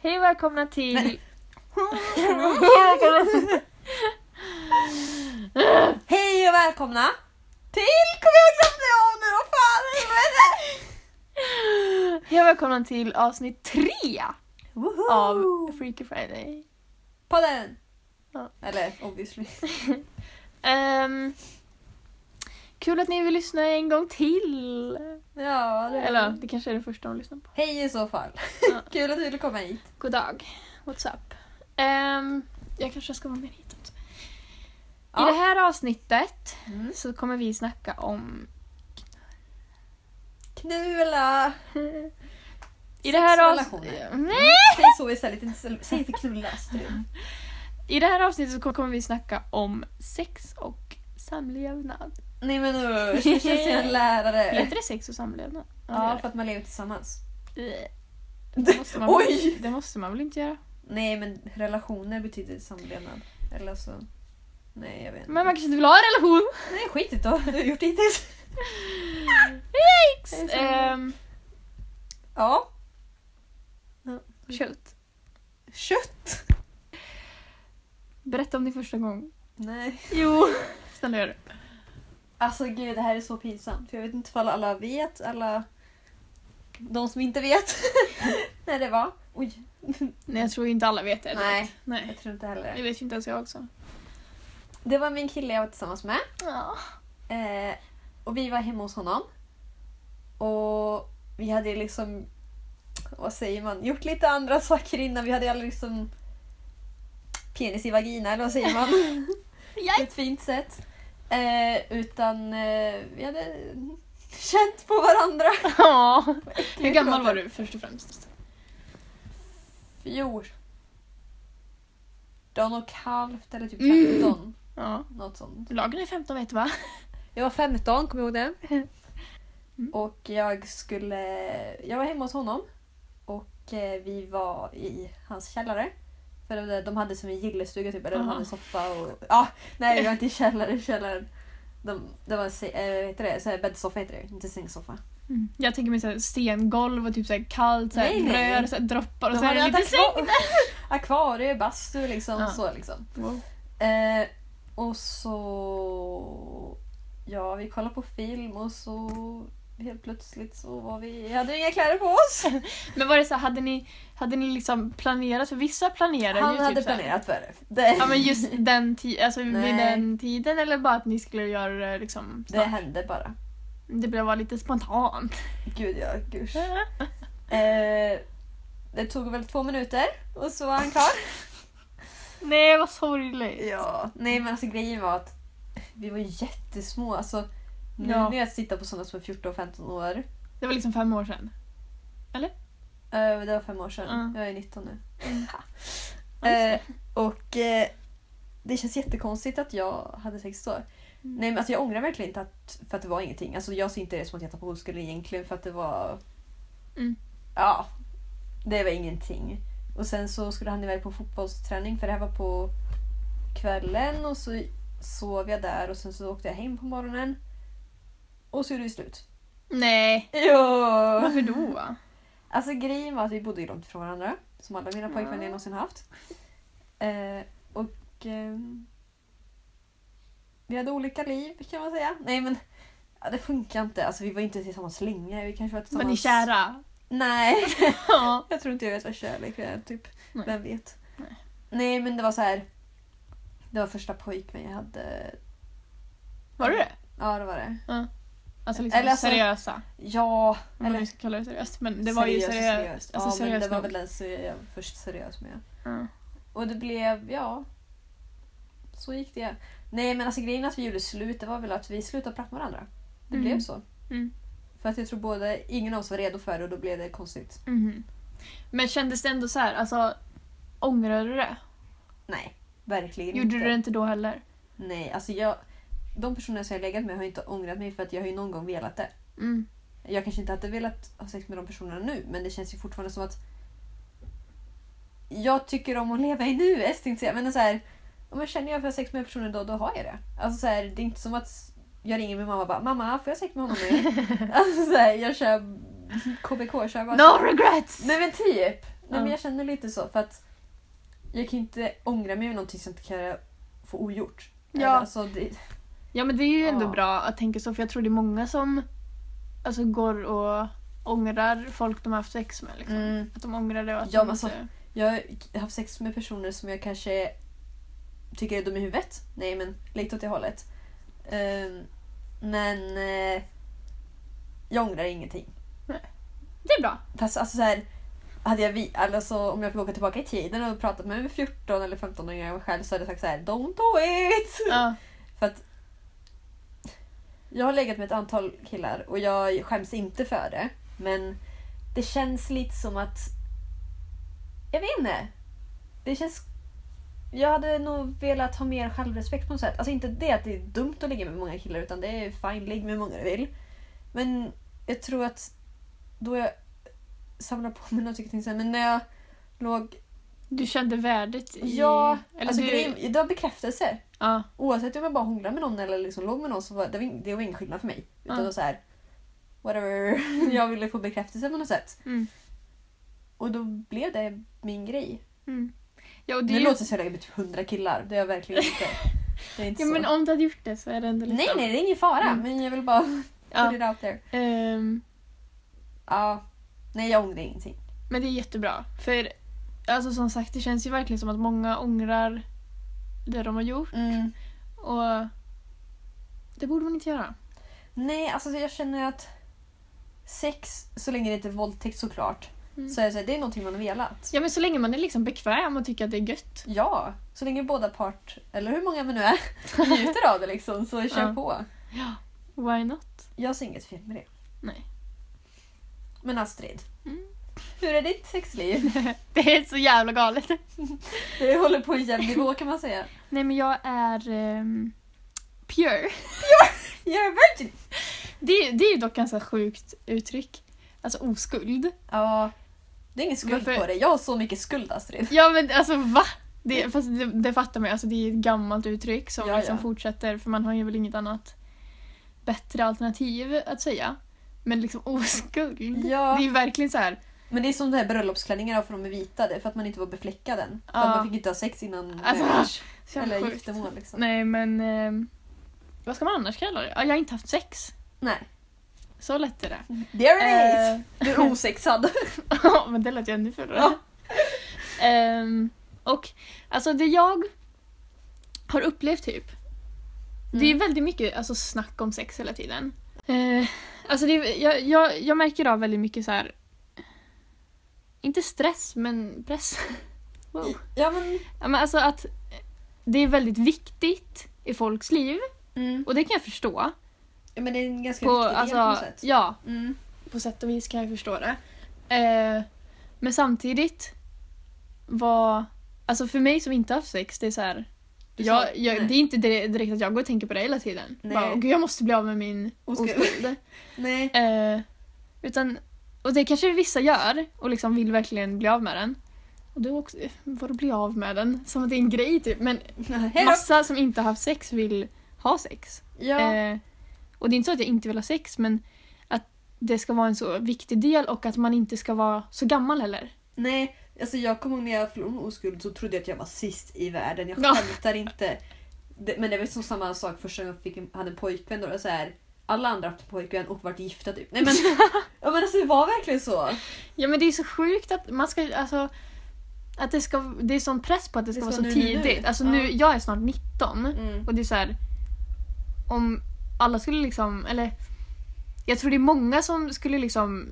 Hej och välkomna till... Hej och välkomna till... Kommer jag glömde av nu, vad fan helvete! Hej och välkomna till avsnitt 3 Woho! av Freaky Friday. Podden! Ja. Eller, obviously. Kul att ni vill lyssna en gång till. Ja, det Eller det kanske är det första de lyssnar på. Hej i så fall. Ja. Kul att du ville komma hit. God dag. What's up? Jag kanske ska vara med hitåt. Ja. I det här avsnittet Mm. så kommer vi snacka om... Knulla! I det här Sexrelationer. Säg så istället, säg inte knulla. I det här avsnittet så kommer vi snacka om sex och samlevnad. Nej men usch, det känns som en lärare. Heter det sex och samlevnad? Ja, för att man lever tillsammans. Det måste man, Oj! det måste man väl inte göra? Nej men relationer betyder samlevnad. Eller så... Nej jag vet inte. Men man kanske inte vill ha en relation. Nej skitigt då, du har gjort hittills. Yikes! Ja. Kött. Kött? Berätta om din första gång. Nej. Jo, snälla gör det. Alltså gud, det här är så pinsamt. För jag vet inte ifall alla vet, alla... De som inte vet när det var. Oj. Nej, jag tror inte alla vet det. Nej, Nej. jag tror inte heller. Det vet ju inte ens jag också. Det var min kille jag var tillsammans med. Ja. Och vi var hemma hos honom. Och vi hade liksom... Vad säger man? Gjort lite andra saker innan. Vi hade aldrig liksom... Penis i vagina, eller vad säger man? På ett fint sätt. Utan vi hade känt på varandra. Ja. Hur gammal var du först och främst? 14 och halvt eller typ 15. Ja. Något sånt. Lagen är 15, vet du va? Jag var 15, kommer jag ihåg det. Mm. Och jag var hemma hos honom. Och vi var i hans källare. För de hade som en gillestuga typ. Eller de hade en soffa och... Ja, nej det var inte i källaren. Det var så här bäddsoffa heter det. Inte sängsoffa. Mm. Jag tänker mig så här stengolv och typ så här kallt, så här Nej. rör, så här droppar och De så är det hade lite säng. akvarie, bastu liksom. Ja. Så liksom. Wow. Och så... Ja, vi kollade på film och så... Helt plötsligt så var vi... hade inga kläder på oss. Men var det så här, hade ni liksom planerat? För vissa planerar Han ju hade typ så här. planerat för det. Ja, men just den alltså vid Nej. den tiden, eller bara att ni skulle göra det liksom Det snart? hände bara. Det blev vara lite spontant. Gud ja, gusch. Det tog väl 2 minuter och så var han klar. Nej, vad sorgligt. Ja, nej men alltså grejen var att vi var jättesmå. Alltså nu Ja. när jag tittar på sådana som är 14 och 15 år. Det var liksom 5 år sedan. Det var 5 år sedan. Mm. Jag är 19 nu. Just Och det känns jättekonstigt att jag hade sex då. Nej men alltså jag ångrar verkligen inte för att det var ingenting. Alltså jag ser inte det som att jag tar på oskuld egentligen för att det var... Mm. Ja, det var ingenting. Och sen så skulle han iväg på fotbollsträning för det här var på kvällen och så sov jag där och sen så åkte jag hem på morgonen. Och så gjorde vi slut. Nej. Ja. Varför då? Alltså grejen var att vi bodde ju långt ifrån varandra. Som alla mina pojkvänner någonsin haft. Vi hade olika liv kan man säga. Nej men det funkar inte. Alltså vi var inte tillsammans länge. Vi kanske var tillsammans... Var ni kära? Nej. Ja. Jag tror inte jag vet vad kärlek är. Typ. Nej. Vem vet. Nej. Nej men det var så här. Det var första pojkvän jag hade. Var det det? Ja det var det. Alltså liksom Eller alltså- seriösa. Ja. Eller vi ska kalla det seriöst. Men det var ju seriöst. Alltså Ja men seriöst det var nog. väl den som jag först seriös med. Ja. Och det blev, ja. Så gick det. Nej men alltså grejen att vi gjorde slut, det var väl att vi slutade prata med varandra. Det Mm. blev så. Mm. För att jag tror ingen av oss var redo för det och då blev det konstigt. Mhm. Men kändes det ändå så här, alltså ångrade du det? Nej, verkligen Gjorde inte. du det inte då heller? Nej, alltså de personer som jag legat med har inte ångrat mig för att jag har ju någon gång velat det. Mm. Jag kanske inte hade velat ha sex med de personerna nu, men det känns ju fortfarande som att jag tycker om att leva i nuet, tänkte jag. Men så här, om jag känner jag för sex med personer då har jag det. Alltså så här, det är inte som att jag ringer min mamma och bara, mamma, får jag sex med honom nu? Alltså så här, jag kör KBK, kör bara. No regrets! Nej men typ. men jag känner lite så. För att jag kan inte ångra mig över någonting som inte kan få ogjort. Ja. Alltså, Ja, men det är ju ändå bra att tänka så. För jag tror det är många som alltså, går och ångrar folk de har haft sex med. Liksom. Att de ångrar det. Och att ja, de alltså, inte... jag har haft sex med personer som jag kanske tycker är dum i huvudet. Nej, men lite åt det hållet. Men jag ångrar ingenting. Nej. Det är bra. Fast alltså så här, hade jag alltså, om jag får åka tillbaka i tiden och pratat med 14 eller 15-åringar själv så hade jag sagt så här: don't do it! Ja. För att jag har legat med ett antal killar och jag skäms inte för det. Men det känns lite som att jag vet inte. Det känns... Jag hade nog velat ha mer självrespekt på något sätt. Alltså inte det att det är dumt att ligga med många killar utan det är fine, ligg med många du vill. Men jag tror att då jag samlar på mig något men när jag låg... Du kände värdet i... Ja, eller alltså du... det var bekräftelse. Ja. Oavsett om jag bara hånglade med någon eller liksom låg med någon så var det var ingen skillnad för mig. Utan det var så här, whatever. Jag ville få bekräftelse på något sätt. Och då blev det min grej. Ja, och det nu ju... låter det så jag lägger med typ 100 killar. Det är jag verkligen inte. Det är inte ja, så. men om du hade gjort det så är det ändå liksom... Nej, det är ingen fara. Men jag vill bara put it out there. Ja. Nej, jag ångrar ingenting. Men det är jättebra. För alltså som sagt, det känns ju verkligen som att många ångrar det de har gjort. Och det borde man inte göra. Nej, alltså jag känner att sex, så länge det inte är våldtäkt såklart, så är det, så här, det är någonting man har velat. Ja, men så länge man är liksom bekväm och tycker att det är gött. Ja, så länge båda part, eller hur många man nu är, njuter av det liksom, så kör på. Ja, why not? Jag ser inget fel med det. Nej. Men Astrid, hur är ditt sexliv? Det är så jävla galet. Det håller på i jämn nivå kan man säga. Nej, men jag är pure. You're a virgin! Det är ju dock ganska sjukt uttryck. Alltså oskuld. Ja, det är ingen skuld på det. Jag har så mycket skuld, Astrid. Ja, men alltså va? Fast det fattar man ju. Alltså, det är ett gammalt uttryck som liksom fortsätter. För man har ju väl inget annat bättre alternativ att säga. Men liksom oskuld. Ja. Det är ju verkligen så här. Men det är som de här bröllopsklänningarna för de är vitade. För att man inte var befläckad än. För att man fick inte ha sex innan eller giftermål liksom. Nej, men vad ska man annars kalla det? Ja, jag har inte haft sex. Nej. Så lätt är det. There it is! Du är osexad. Ja, men det lät ju ännu fulare. Ja. Och alltså det jag har upplevt typ. Det är väldigt mycket alltså, snack om sex hela tiden. Alltså jag märker av väldigt mycket så här. Inte stress, men press. Wow. Ja, men alltså att det är väldigt viktigt i folks liv. Och det kan jag förstå. Ja, men det är en ganska viktig del på sätt. Ja, på sätt och vis kan jag förstå det. Men samtidigt alltså för mig som inte har haft sex, det är så här. Det är inte direkt att jag går och tänker på det hela tiden. Bara, gud, jag måste bli av med min oskuld. Nej. Och det kanske vissa gör och liksom vill verkligen bli av med den. Och då också, vadå bli av med den? Som att det är en grej typ. Men massa som inte har haft sex vill ha sex. Ja. Och det är inte så att jag inte vill ha sex, men att det ska vara en så viktig del och att man inte ska vara så gammal heller. Nej, alltså jag kommer ihåg när jag förlorade min oskuld så trodde jag att jag var sist i världen. Jag skämtar inte. Men det var som samma sak första gången jag hade en pojkvän. Då det så här, alla andra har haft en pojkvän och varit gifta typ. Nej, men, ja, men alltså, det var verkligen så. Ja, men det är så sjukt att man ska... Alltså, att det är sån press på att det ska vara så tidigt. Alltså nu, jag är snart 19 och det är så här, om alla skulle liksom, eller jag tror det är många som skulle liksom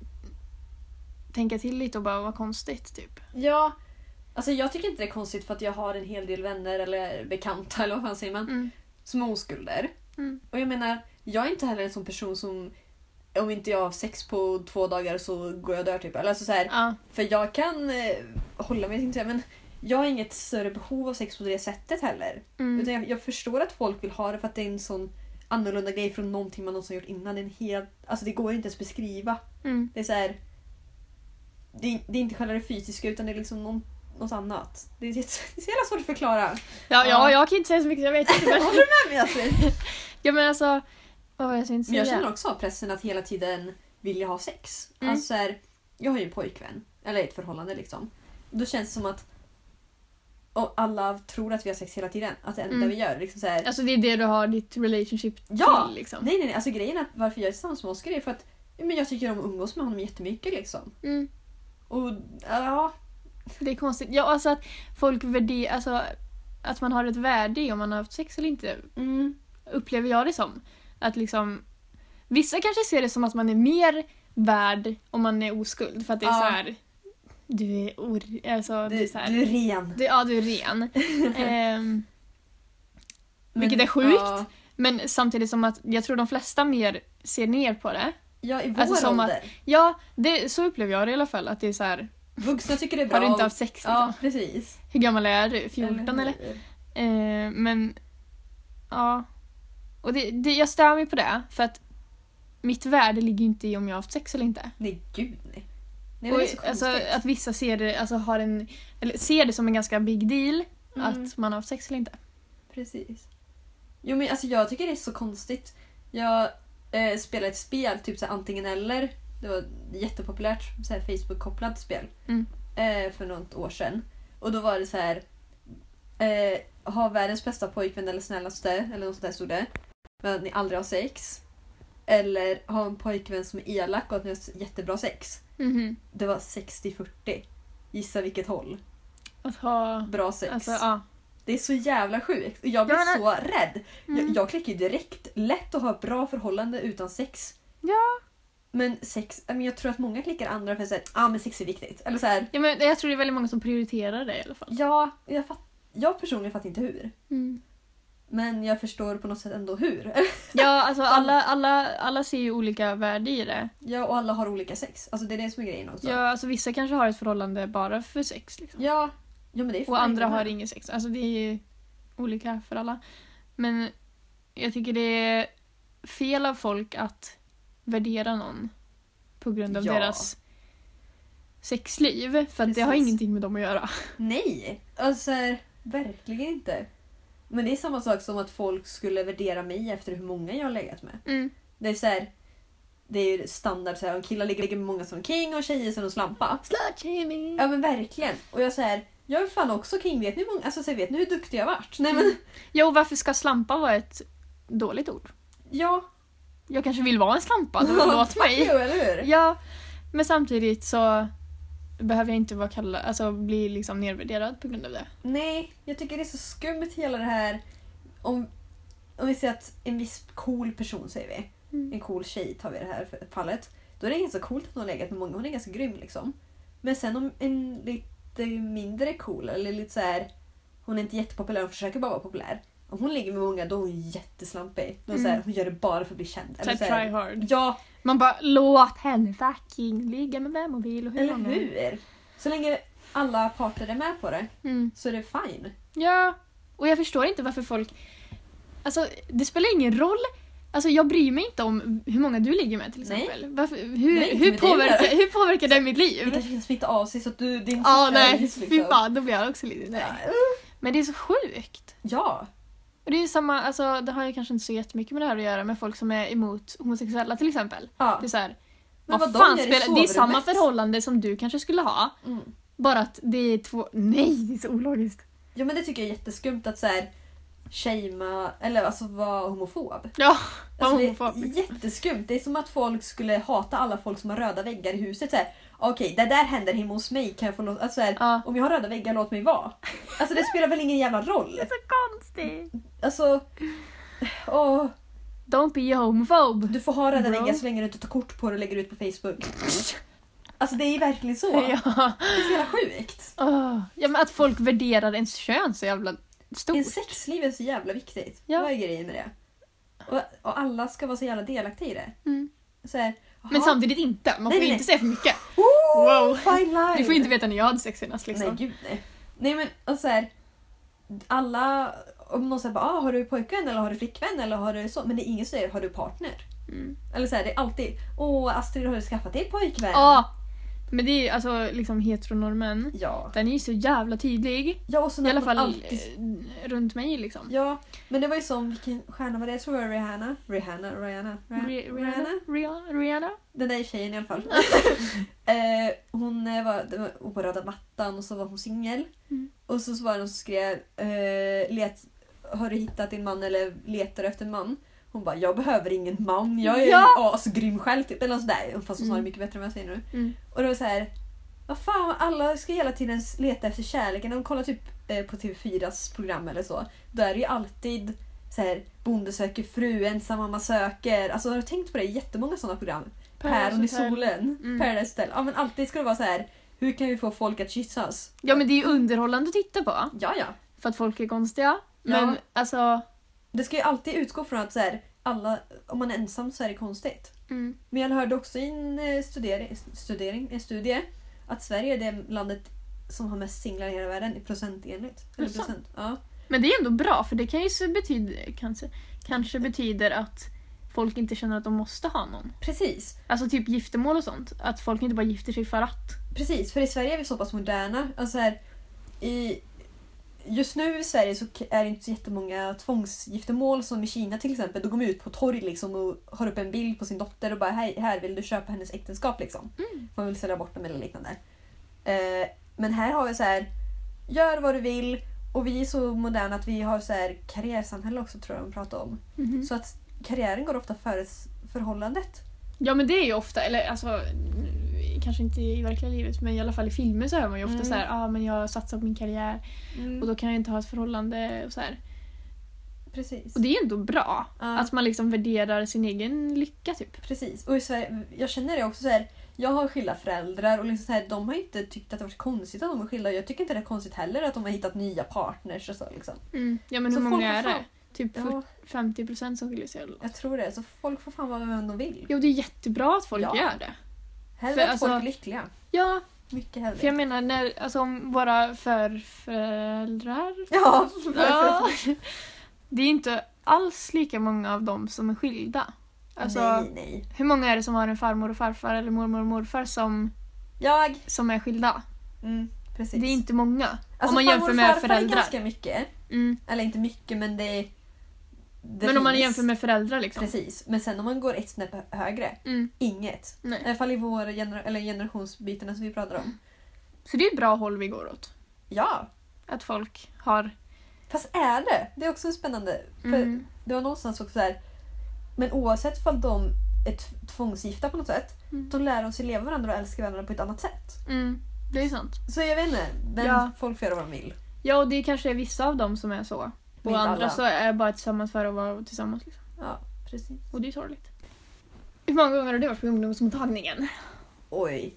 tänka till lite och bara, vad konstigt typ. Ja, alltså jag tycker inte det är konstigt för att jag har en hel del vänner eller bekanta eller vad fan säger man, som är oskulder. Och jag menar, jag är inte heller en sån person som om inte jag har sex på 2 dagar så går jag och dör typ. Eller alltså så här, för jag kan hålla mig inte, men jag har inget större behov av sex på det sättet heller. Utan jag förstår att folk vill ha det för att det är en sån annorlunda grej från någonting man någonsin gjort innan. Det är en helt, alltså det går inte ens beskriva. Det är så här, det är inte själva det fysiska utan det är liksom något annat. Det är så jävla svårt att förklara. Ja, jag kan inte säga så mycket, jag vet inte. Håller du med mig Astrid? Ja, men alltså jag känner också pressen att hela tiden vilja ha sex. Alltså här, jag har ju en pojkvän eller ett förhållande liksom, då känns det som att och alla tror att vi har sex hela tiden. Att det enda vi gör liksom så här. Alltså det är det du har ditt relationship till liksom. Nej. Alltså grejen är att varför jag är tillsammans med Oskar är för att men jag tycker om att umgås med honom jättemycket liksom. Och ja. Det är konstigt. Ja, alltså att folk värderar, alltså att man har ett värde i om man har haft sex eller inte. Upplever jag det som. Att liksom vissa kanske ser det som att man är mer värd om man är oskuld. För att det är så här. Du är alltså, du är ren. Du är ren. Vilket är sjukt. Men samtidigt som att jag tror de flesta mer ser ner på det. Ja, i vår alltså, som ålder. Att, ja, så upplever jag det i alla fall. Att det är så här. Vuxna tycker det är bra. Har du inte haft sex? Liksom? Ja, precis. Hur gammal är du? 14 eller? Men ja. Och jag stör mig på det. För att mitt värde ligger inte i om jag har haft sex eller inte. Nej, gud nej. Nej, och, det är så alltså, att vissa ser det, alltså, ser det som en ganska big deal att man har haft sex eller inte. Precis. Jo, men alltså, jag tycker det är så konstigt. Jag spelade ett spel, typ så här, antingen eller. Det var ett jättepopulärt så här, Facebook-kopplat spel för något år sedan. Och då var det så här ha världens bästa pojkvän eller snällaste eller något sånt där stod det. Men att ni aldrig har sex. Eller ha en pojkvän som är elak och att ni har jättebra sex. Det var 60-40. Gissa vilket håll. Att ha bra sex. Alltså, ja. Det är så jävla sjukt. Och jag blir så rädd. Jag klickar ju direkt. Lätt att ha ett bra förhållande utan sex. Ja. Men sex, jag tror att många klickar andra för att säga men sex är viktigt. Eller så här. Ja, men jag tror det är väldigt många som prioriterar det i alla fall. Ja, jag personligen fattar inte hur. Men jag förstår på något sätt ändå hur. Ja, alltså alla ser ju olika värde i det. Ja, och alla har olika sex. Alltså det är det som är grejen också. Ja, alltså vissa kanske har ett förhållande bara för sex liksom. Ja, men det är och andra har inget sex. Alltså det är ju olika för alla. Men jag tycker det är fel av folk att värdera någon på grund av deras sexliv. För att det har ingenting med dem att göra. Nej, alltså verkligen inte. Men det är samma sak som att folk skulle värdera mig efter hur många jag har legat med. Det är så här, det är ju standard så här, om killar ligger med många som king och tjejer som en slampa. Slutshaming. Ja, men verkligen. Och jag säger, jag är fan också king, vet ni hur duktig jag har varit? Nej, men Jo, varför ska slampa vara ett dåligt ord? Ja. Jag kanske vill vara en slampa, så låt mig. Eller hur? Ja, men samtidigt så behöver jag inte bli liksom nedvärderad på grund av det. Nej, jag tycker det är så skumt hela det här. Om vi säger att en viss cool person, säger vi. En cool tjej tar vi det här fallet. Då är det inte så coolt att hon har legat med många. Hon är ganska grym liksom. Men sen om en lite mindre cool eller lite så här, hon är inte jättepopulär och försöker bara vara populär. Om hon ligger med många, då är hon jätteslampig. Då så här, hon gör det bara för att bli känd. Eller så här, try hard. Ja. Man bara, låt henne fucking ligga med vem hon vill och hur eller hur? Så länge alla parter är med på det så är det fine. Ja, och jag förstår inte varför folk... Alltså, det spelar ingen roll. Alltså, jag bryr mig inte om hur många du ligger med till exempel. Varför, hur påverkar det mitt liv? Det kanske kan smitta av sig så att du... Fy fan, då blir jag också lite... Nej. Men det är så sjukt. Ja. Och det är samma, alltså, det har ju kanske inte så jättemycket med det här att göra med folk som är emot homosexuella till exempel. Ja. Det är så här, vad fan spelar, det är samma förhållande som du kanske skulle ha. Bara att det är två... Nej, det är så ologiskt. Ja, men det tycker jag är jätteskumt att så här shama, eller alltså vara homofob. Ja, alltså, homofob. Det är jätteskumt. Det är som att folk skulle hata alla folk som har röda väggar i huset. Okej, det där händer hemma hos mig. Kan jag få något, alltså, om jag har röda väggar, låt mig vara. Alltså det spelar väl ingen jävla roll. Det är så konstigt. Alltså, don't be a homophobe. Du får ha röda väggar så länge du inte tar kort på det och lägger ut på Facebook. Alltså det är verkligen så. Ja. Det är så jävla sjukt. Ja, men att folk värderar ens kön så jävla stort. En sexliv är så jävla viktigt. Ja. Vad är grejen med det? Och alla ska vara så jävla delaktiga i det. Så här, men samtidigt inte. Man får inte säga för mycket. Wow. Fine line. Du får inte veta när jag hade sex senast. Liksom. Nej, gud nej. Nej, men och så här, alla... Om någon säger bara, har du pojkvän eller har du flickvän eller har du så? Men det är ingen som säger, har du partner? Eller så här, det är alltid, Astrid, har du skaffat dig pojkvän? Men det är alltså liksom heteronormen. Ja. Den är ju så jävla tydlig. Ja, och så I alla fall alltid... runt mig liksom. Ja, men det var ju som, vilken stjärna var det? Jag tror det var Rihanna? Den där tjejen i alla fall. Hon var på röda mattan och så var hon singel. Och så var det någon som skrev har du hittat din man eller letar efter en man? Hon bara, jag behöver ingen man. Jag är asgrym själv typ. Eller något sådär. Fast hon sa det mycket bättre än vad jag säger nu. Och det var så här, vad fan, alla ska hela tiden leta efter kärleken. När de kollar typ på TV4s program eller så. Då är det ju alltid så här, bonde söker fru, ensam mamma söker. Alltså har du tänkt på det? Jättemånga sådana program. Päron i solen. Paradise Hotel. Ja, men alltid ska det vara så här, hur kan vi få folk att kyssas? Ja, men det är ju underhållande att titta på. Ja. För att folk är konstiga. Men alltså... Det ska ju alltid utgå från att så här, alla, om man är ensam så är det konstigt. Men jag hörde också i en studie att Sverige är det landet som har mest singlar i hela världen procentenligt. Eller procent. Ja. Men det är ändå bra, för det kan ju kanske betyder att folk inte känner att de måste ha någon. Precis. Alltså typ giftermål och sånt. Att folk inte bara gifter sig för att. Precis, för i Sverige är vi så pass moderna. Alltså här, just nu i Sverige så är det inte så jättemånga tvångsgiftermål som i Kina till exempel. Då går man ut på torg liksom och har upp en bild på sin dotter och bara, hej, här vill du köpa hennes äktenskap liksom. Man vill sälja bort dem eller liknande. Men här har vi så här, gör vad du vill, och vi är så moderna att vi har så här karriärsamhälle också, tror jag de pratar om. Så att karriären går ofta före förhållandet. Ja, men det är ju ofta, eller alltså kanske inte i verkliga livet, men i alla fall i filmer så hör man ju ofta så här, men jag satsar på min karriär och då kan jag inte ha ett förhållande och så här. Precis. Och det är ändå bra att man liksom värderar sin egen lycka typ. Precis. Och i Sverige, jag känner det också så här, jag har skilda föräldrar och liksom så här, de har inte tyckt att det varit konstigt att de är skilda. Jag tycker inte det är konstigt heller att de har hittat nya partners och så liksom. Ja, men så hur många är det? Typ 50% som skiljer sig. Jag tror det. Så folk får fan vara vem de vill. Jo, det är jättebra att folk gör det. Hellre att folk är lyckliga. Ja. Mycket hellre. För jag menar, om våra föräldrar... Ja. Det är inte alls lika många av dem som är skilda. Alltså, nej. Hur många är det som har en farmor och farfar eller mormor och morfar som är skilda? Precis. Det är inte många. Alltså, om man jämför med föräldrar. Är ganska mycket. Eller inte mycket, men det men om man jämför med föräldrar liksom. Precis. Men sen om man går ett snäpp högre. Inget. Nej. I alla fall i vår generationsbytena som vi pratar om. Så det är ett bra håll vi går åt. Ja. Att folk har... Fast är det? Det är också spännande. För det var någonstans också så här. Men oavsett om de är tvångsgifta på något sätt, då lär de sig leva varandra och älska varandra på ett annat sätt. Det är sant. Så jag vet inte, men folk får göra vad de vill. Ja, och det kanske är vissa av dem som är så. Och andra alla. Så är bara tillsammans för att vara tillsammans. Liksom. Ja, precis. Och det är sorgligt. Hur många gånger har du varit på ungdomsmottagningen? Oj.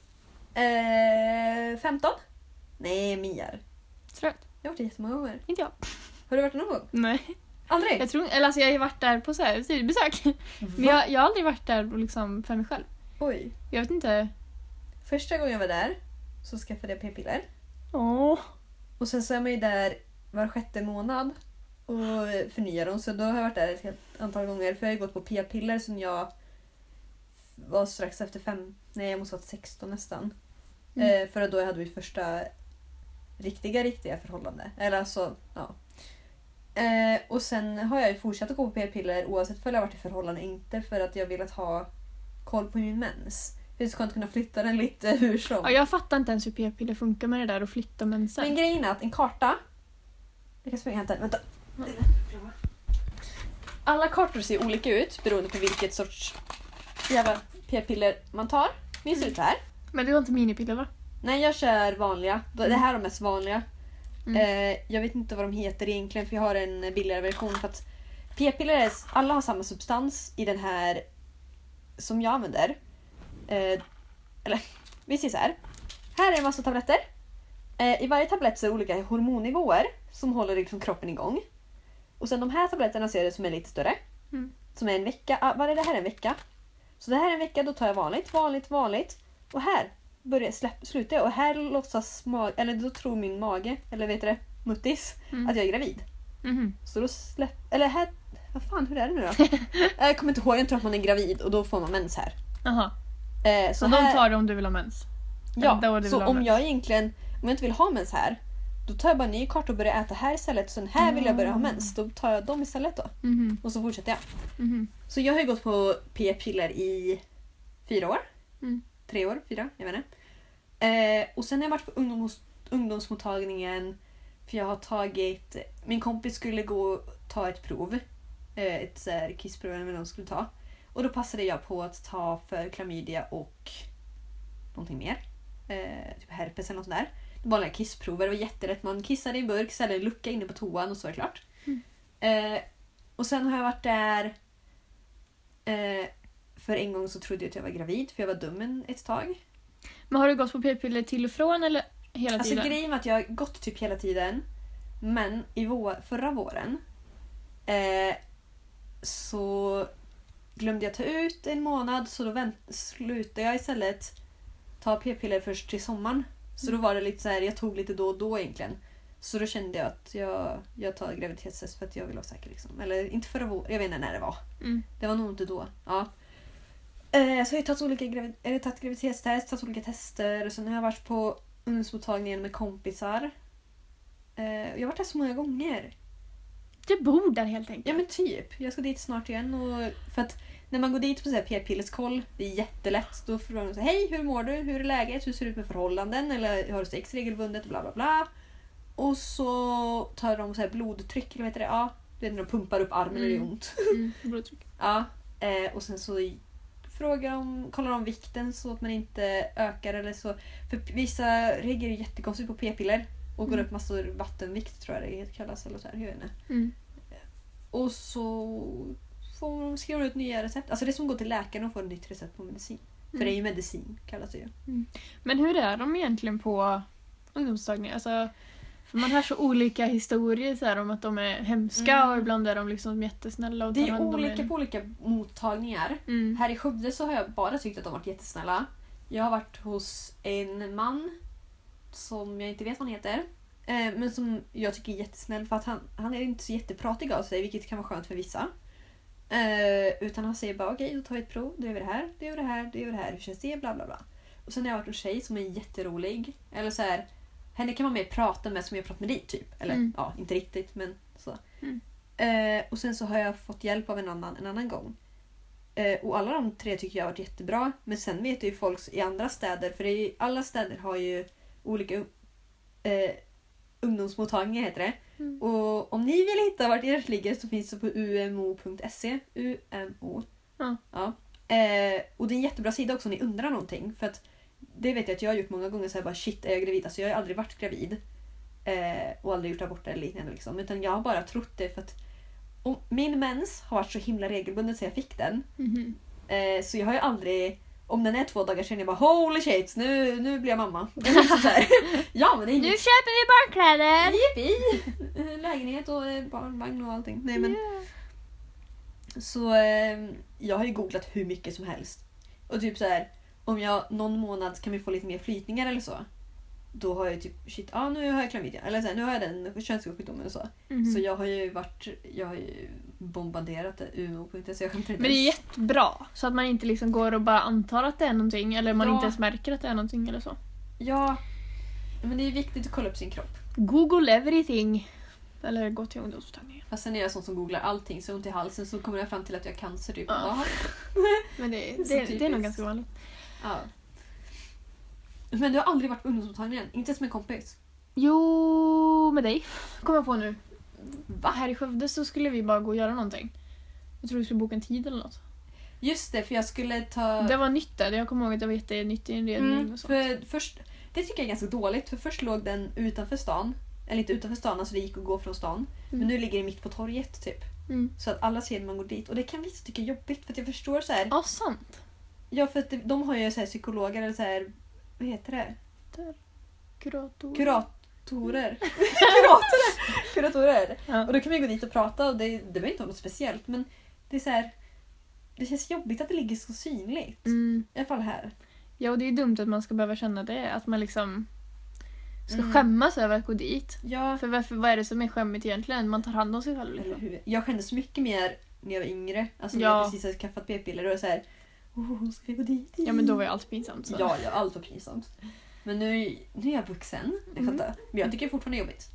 15? Nej, mer. Trött. Jag har varit jättemånga gånger. Inte jag. Har du varit någon gång? Nej. Aldrig? Jag har varit där på så här studiebesök. Men jag har aldrig varit där liksom för mig själv. Oj. Jag vet inte. Första gången jag var där så skaffade jag p-piller. Och sen så är man ju där var 6:e månad och förnyar dem. Så då har jag varit där ett helt antal gånger. För jag har gått på p-piller sen jag var strax efter 5. Nej, jag måste ha varit 16 nästan. För att då hade vi första riktiga förhållande. Eller alltså, ja. Och sen har jag ju fortsatt att gå på p-piller oavsett om jag har varit i förhållande inte, för att jag velat ha koll på min mens. Det är så skönt att kunna flytta den lite hur som. Ja, jag fattar inte ens hur p-piller funkar med det där och flytta mensen. Men grejen är att en karta... Jag kan springa och hämta den. Vänta. Alla kartor ser olika ut beroende på vilket sorts jävla p-piller man tar. Minns ut här. Men du har inte minipiller, va? Nej, jag kör vanliga. Det här är de mest vanliga. Jag vet inte vad de heter egentligen, för jag har en billigare version. För att p-piller är, alla har samma substans i den här som jag använder. Eller, vi ser så här. Här är en massa tabletter. I varje tablett så är det olika hormonnivåer som håller liksom kroppen igång. Och sen de här tabletterna ser det som är lite större. Som är en vecka. Vad är det här, en vecka? Så det här är en vecka, då tar jag vanligt. Och här slutar jag. Och här låtsas eller då tror min mage, eller vet du det, muttis, att jag är gravid. Så då eller här, vad fan, hur är det nu då? Jag kommer inte ihåg, jag tror att man är gravid och då får man mens här. Aha. Så de tar det om du vill ha mens? Ja, så om jag inte vill ha mens här, då tar jag bara en ny karta och börjar äta här istället. Så här vill jag börja ha mens, då tar jag dem istället då. Och så fortsätter jag. Så jag har ju gått på p-piller i 4 år. 3 år, 4, jag vet inte. Och sen har jag varit på ungdomsmottagningen. För jag har tagit... Min kompis skulle gå och ta ett prov. Ett så här kissprov eller vad de skulle ta. Och då passade jag på att ta för klamydia och någonting mer. Typ herpes eller något sånt där. Vanliga kissprover. Det var jätterätt. Man kissade i en burk, ställde en lucka inne på toan och så var det klart. Och sen har jag varit där... För en gång så trodde jag att jag var gravid. För jag var dum ett tag. Men har du gått på p-piller till och från eller hela tiden? Alltså grejen är att jag har gått typ hela tiden. Men förra våren så glömde jag ta ut en månad. Så då slutade jag istället ta p-piller först till sommaren. Så då var det lite så här, jag tog lite då och då egentligen. Så då kände jag att jag tar graviditetstest för att jag vill vara säker. Liksom. Eller inte förra våren, jag vet inte när det var. Det var nog inte då. Ja. Så jag har tagit graviditetstest, tagit olika tester. Och sen har jag varit på ungdomsmottagningen med kompisar. Jag har varit där så många gånger. Du bor där helt enkelt? Ja men typ. Jag ska dit snart igen. För att när man går dit på p-pillerskoll, det är jättelätt. Då frågar de så här, hej hur mår du? Hur är läget? Hur ser det ut med förhållanden? Eller har du sex regelbundet? Bla bla bla. Och så tar de så här blodtryck, eller vad heter det? Ja, det är när de pumpar upp armen och det är ont. Blodtryck. Ja, och sen så kollar de vikten så att man inte ökar eller så. För vissa reagerar ju jättekonstigt på p-piller och går upp massor vattenvikt tror jag det kallas eller så här, jag vet inte. Och så skriver de ut nya recept. Alltså det är som att gå till läkaren och få ett nytt recept på medicin. För det är ju medicin kallas det ju. Men hur är de egentligen på ungdomsmottagningar? Alltså, för man hör så olika historier så här, om att de är hemska och ibland är de liksom jättesnälla. Och det är olika på olika mottagningar. Här i Skövde så har jag bara tyckt att de har varit jättesnälla. Jag har varit hos en man som jag inte vet vad han heter. Men som jag tycker är jättesnäll för att han är inte så jättepratig av sig, vilket kan vara skönt för vissa. Utan han säger bara okej, då tar vi ett prov, då gör vi det här, då gör vi det här, då gör vi det här, hur känns det, bla bla bla. Och sen har jag varit en tjej som är jätterolig. Eller så här, henne kan man mer prata med som jag pratar med dig typ. Eller ja, inte riktigt men så. Och sen så har jag fått hjälp av en annan gång. Och alla de 3 tycker jag har varit jättebra. Men sen vet jag ju folk i andra städer. För alla städer har ju olika ungdomsmottagningar heter det. Och om ni vill hitta vart ert ligger så finns det på umo.se. UMO. Ja. Och det är en jättebra sida också om ni undrar någonting. För att det vet jag att jag har gjort många gånger så här bara shit, är jag gravid? Alltså jag har aldrig varit gravid. Och aldrig gjort abort eller liknande liksom. Utan jag har bara trott det för att min mens har varit så himla regelbunden så jag fick den. Så jag har ju aldrig, om den är 2 dagar sedan jag bara holy shit, nu blir jag mamma. Så här. Ja, men det är nu köper vi barnkläder. Jippi! Lägenhet och barnvagn och allting. Nej men så jag har ju googlat hur mycket som helst. Och typ så här, om jag någon månad kan vi få lite mer flytningar eller så. Då har jag typ shit, nu har jag klamydia eller så här, nu har jag den könssjukdomen och så. Så jag har ju bombarderat umo.se. Men det är jättebra så att man inte liksom går och bara antar att det är någonting eller man inte ens märker att det är någonting eller så. Ja. Men det är viktigt att kolla upp sin kropp. Google everything. Eller gå till ungdomsmottagningen. Fast sen är jag sån som googlar allting så ont i halsen så kommer jag fram till att jag har cancer typ. Men det är nog ganska vanligt. Ja. Men du har aldrig varit på ungdomsmottagningen? Inte ens med en kompis? Jo, med dig. Kommer jag på nu. Va? Här i Skövde så skulle vi bara gå och göra någonting. Jag tror vi skulle boka en tid eller något. Just det, för jag skulle ta... Det var nytt där. Jag kommer ihåg att det var jättenytt i inredning och sånt. För först, det tycker jag är ganska dåligt. För först låg den utanför stan. Eller inte utanför stan, alltså det gick att gå från stan. Men nu ligger det mitt på torget typ. Så att alla ser när man går dit. Och det kan vissa tycka är jobbigt för att jag förstår så här. Ja, sant. Ja, för att de har ju så här psykologer eller så här, vad heter det? Kuratorer. Ja. Och då kan vi gå dit och prata och det behöver inte vara något speciellt. Men det är så här, det känns jobbigt att det ligger så synligt. I alla fall här. Ja, och det är dumt att man ska behöva känna det. Att man liksom ska skämmas över att gå dit. Ja. För vad är det som är skämmigt egentligen? Man tar hand om sig själv. Liksom. Eller hur? Jag kände så mycket mer när jag var yngre. Alltså när jag precis hade skaffat p-piller och så här, ska vi gå dit? Ja, men då var ju allt pinsamt. Så. Ja, allt var pinsamt. Men nu är jag vuxen. Men jag tycker det är fortfarande jobbigt.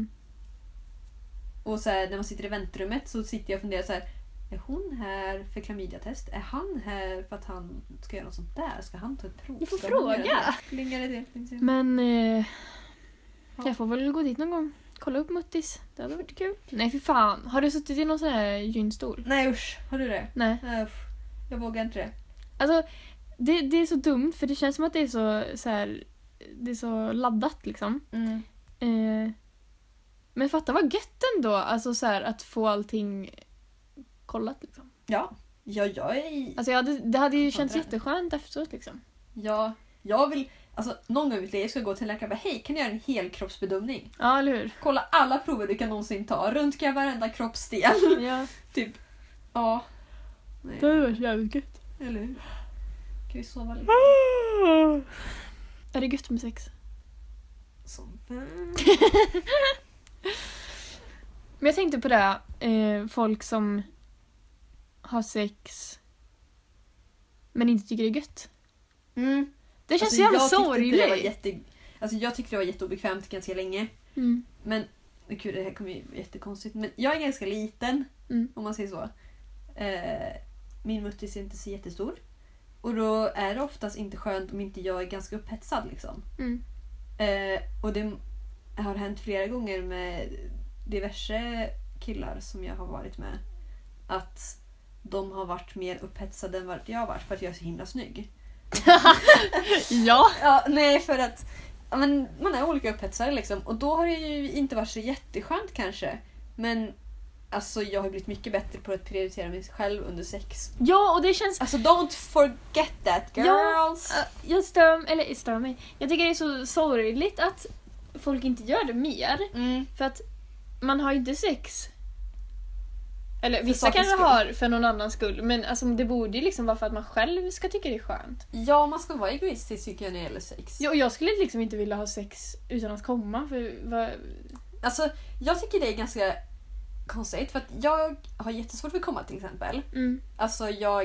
Och så här, när man sitter i väntrummet så sitter jag och funderar så här: är hon här för klamydiatest? Är han här för att han ska göra något sånt där? Ska han ta ett prov? Du får fråga. Men jag får väl gå dit någon gång. Kolla upp muttis. Det hade varit kul. Nej, för fan. Har du suttit i någon sån här gynstol? Nej, usch. Har du det? Nej. Jag vågar inte det. Alltså, det är så dumt för det känns som att det är så här, det är så laddat liksom. Men fatta vad gött ändå. Alltså så här, att få allting kollat liksom. Ja. Jag är... Alltså det hade ju känts jätteskönt efteråt liksom. Ja, jag vill... Alltså någon gång i mitt liv ska jag gå till läkaren och bara: hej, kan du göra en helkroppsbedömning? Ja, eller hur? Kolla alla prover du kan någonsin ta. Röntga varenda kroppsdel. Ja. Typ. Ja. Nej. Det var jävligt gött. Eller hur? Kan vi sova lite? Är det gött med sex? Men jag tänkte på det. Folk som har sex men inte tycker det är gött. Det känns så jävla sorgligt. Jag tyckte det var jätteobekvämt ganska länge. Men gud, det här kommer ju jättekonstigt. Men jag är ganska liten, om man säger så. Min muttis är inte så jättestor. Och då är det oftast inte skönt om inte jag är ganska upphetsad liksom. Och det har hänt flera gånger med diverse killar som jag har varit med. Att de har varit mer upphetsade än vad jag har varit för att jag är så himla snygg. Ja. Nej, för att men, man är olika upphetsade liksom. Och då har det ju inte varit så jätteskönt kanske. Men alltså jag har blivit mycket bättre på att prioritera mig själv under sex. Ja, och det känns... Alltså don't forget that, girls! Ja, jag stör mig. Jag tycker det är så sorgligt att folk inte gör det mer. För att man har inte sex... Eller vissa kanske har för någon annans skull. Men alltså, det borde ju liksom vara för att man själv ska tycka det är skönt. Ja, man ska vara egoistisk tycker jag när det gäller sex. Ja, och jag skulle liksom inte vilja ha sex utan att komma. Alltså, jag tycker det är ganska konstigt. För att jag har jättesvårt för att komma till exempel. Alltså, jag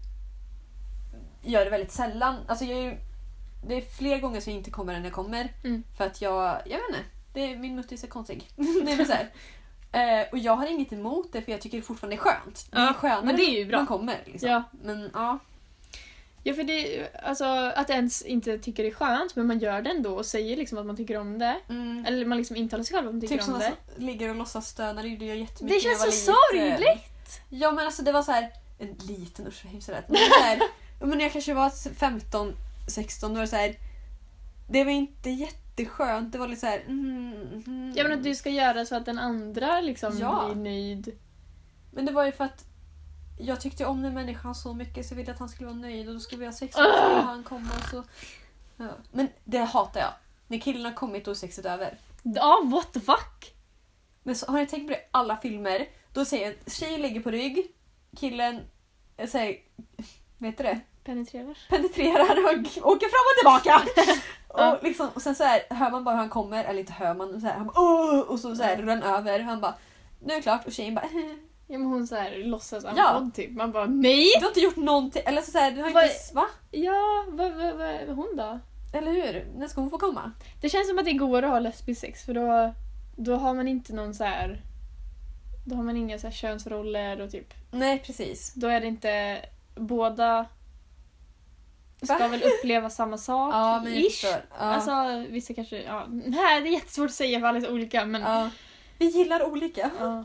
gör det väldigt sällan. Alltså, det är fler gånger som jag inte kommer än jag kommer. För att jag vet inte. Min muttis är konstig. Det är så här. Och jag har inget emot det för jag tycker det fortfarande är skönt. Det är skönare men det är ju bra. Man kommer liksom. Ja. Men ja. Ja, för det alltså att ens inte tycker det är skönt men man gör det ändå och säger liksom att man tycker om det. Eller man liksom intalar sig själv att man tycker typ om det. Typ ligger och låtsas stöna, det gör jättemycket. Det känns så sorgligt. Ja, men alltså det var så här en liten usch för hemskt rätt. Men så här, men när jag kanske var 15 16 då var det så här, det var inte jätteskönt. Det var lite så här Ja, men att du ska göra så att den andra liksom blir nöjd. Men det var ju för att jag tyckte om den människan så mycket så jag ville att han skulle vara nöjd och då skulle vi ha sex och skulle han komma så. Ja. Men det hatar jag. När killarna kommit och sexet över. Ja, what the fuck? Men så, har ni tänkt på det? Alla filmer, då säger tjejen ligger på rygg, killen säger, vet du det? Penetrerar och åker fram och tillbaka. Och, liksom, och sen så här, hör man bara hur han kommer, eller inte hör man så här, han bara, och så här rör över, han bara, nu är det klart, och tjejen bara ja, men hon så här låtsas anvåld typ. Man bara, nej! Du har inte gjort någonting, eller så här, du har inte, va? Ja, vad hon då? Eller hur? När ska hon få komma? Det känns som att det går att ha lesbisk sex, för då har man inte någon så här, då har man inga så här könsroller och typ. Nej, precis. Då är det inte båda ska väl uppleva samma sak. Ja, men ish. Ja. Alltså vissa kanske nej, det är jättesvårt att säga för alla är så olika, men vi gillar olika. Ja.